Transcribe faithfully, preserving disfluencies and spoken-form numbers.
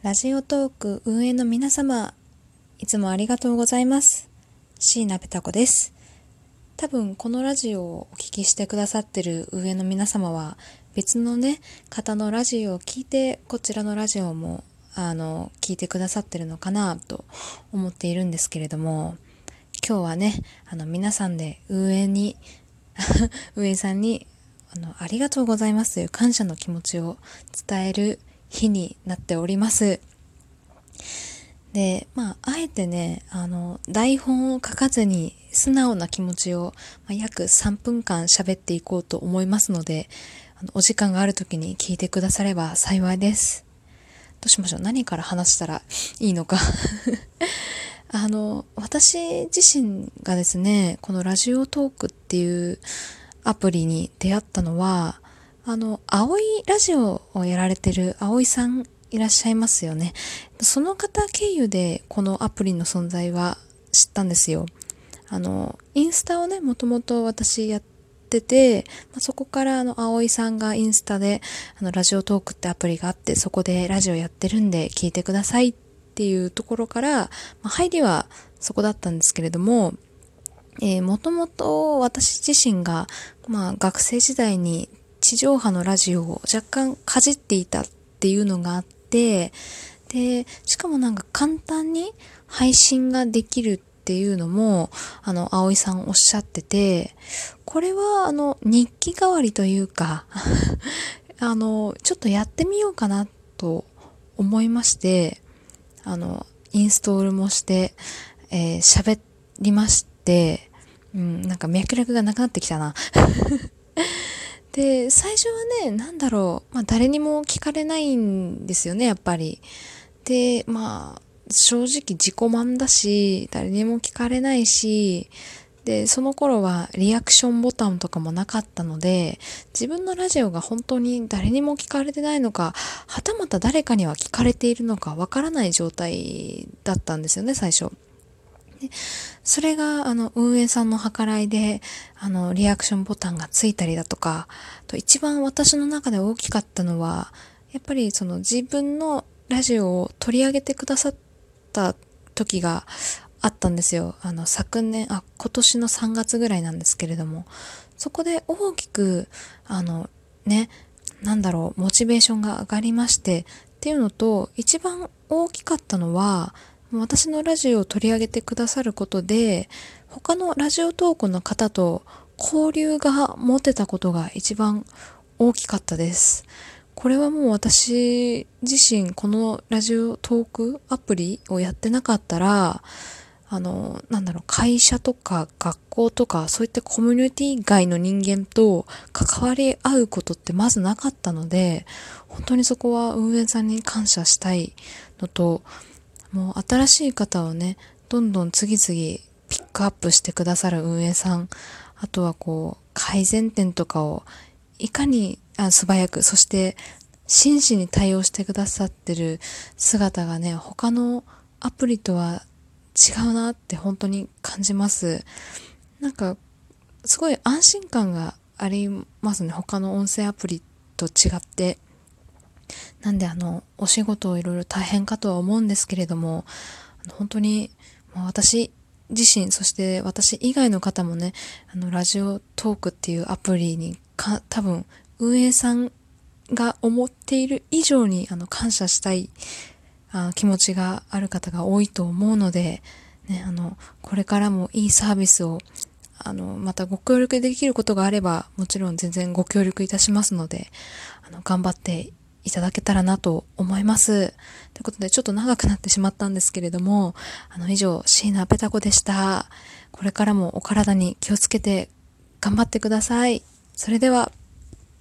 ラジオトーク運営の皆様、いつもありがとうございます。椎名ペタ子です。多分このラジオをお聞きしてくださってる運営の皆様は別のね方のラジオを聞いてこちらのラジオもあの聞いてくださってるのかなと思っているんですけれども、今日はねあの皆さんで運営に運営さんにあのありがとうございますという感謝の気持ちを伝える日になっております。で、まあ、あえてね、あの、台本を書かずに素直な気持ちを、まあ、約さんぷんかん喋っていこうと思いますので、あのお時間がある時に聞いてくだされば幸いです。どうしましょう。何から話したらいいのか。あの、私自身がですね、このラジオトークっていうアプリに出会ったのは、あの、青いラジオをやられてる葵さんいらっしゃいますよね。その方経由でこのアプリの存在は知ったんですよ。あの、インスタをね、もともと私やってて、まあ、そこからあの、葵さんがインスタで、あの、ラジオトークってアプリがあって、そこでラジオやってるんで聞いてくださいっていうところから、まあ、入りはそこだったんですけれども、えー、もともと私自身が、まあ、学生時代に地上波のラジオを若干かじっていたっていうのがあって、で、しかもなんか簡単に配信ができるっていうのも、あの、葵さんおっしゃってて、これはあの、日記代わりというか、あの、ちょっとやってみようかなと思いまして、あの、インストールもして、えー、喋りまして、うん、なんか脈絡がなくなってきたな。で、最初はね、なんだろう、まあ誰にも聞かれないんですよね、やっぱり。で、まあ、正直自己満だし、誰にも聞かれないし、で、その頃はリアクションボタンとかもなかったので、自分のラジオが本当に誰にも聞かれてないのか、はたまた誰かには聞かれているのかわからない状態だったんですよね、最初。で、それが、あの、運営さんの計らいで、あの、リアクションボタンがついたりだとか、と一番私の中で大きかったのは、やっぱりその自分のラジオを取り上げてくださった時があったんですよ。あの、昨年、あ、今年のさんがつぐらいなんですけれども、そこで大きく、あの、ね、なんだろう、モチベーションが上がりまして、っていうのと、一番大きかったのは、私のラジオを取り上げてくださることで、他のラジオトークの方と交流が持てたことが一番大きかったです。これはもう私自身このラジオトークアプリをやってなかったら、あの、なんだろう、会社とか学校とかそういったコミュニティ外の人間と関わり合うことってまずなかったので、本当にそこは運営さんに感謝したいのと、もう新しい方をね、どんどん次々ピックアップしてくださる運営さん、あとはこう、改善点とかをいかにあ素早く、そして真摯に対応してくださってる姿がね、他のアプリとは違うなって本当に感じます。なんか、すごい安心感がありますね。他の音声アプリと違って。なんであの、お仕事いろいろ大変かとは思うんですけれども、本当に、まあ、私自身、そして私以外の方もね、あの、ラジオトークっていうアプリにか、多分、運営さんが思っている以上に、あの、感謝したい、あ気持ちがある方が多いと思うので、ね、あの、これからもいいサービスを、あの、またご協力できることがあれば、もちろん全然ご協力いたしますので、あの、頑張っていただけたらなと思います。ということで、ちょっと長くなってしまったんですけれども、あの、以上、椎名ペタ子でした。これからもお体に気をつけて頑張ってください。それでは、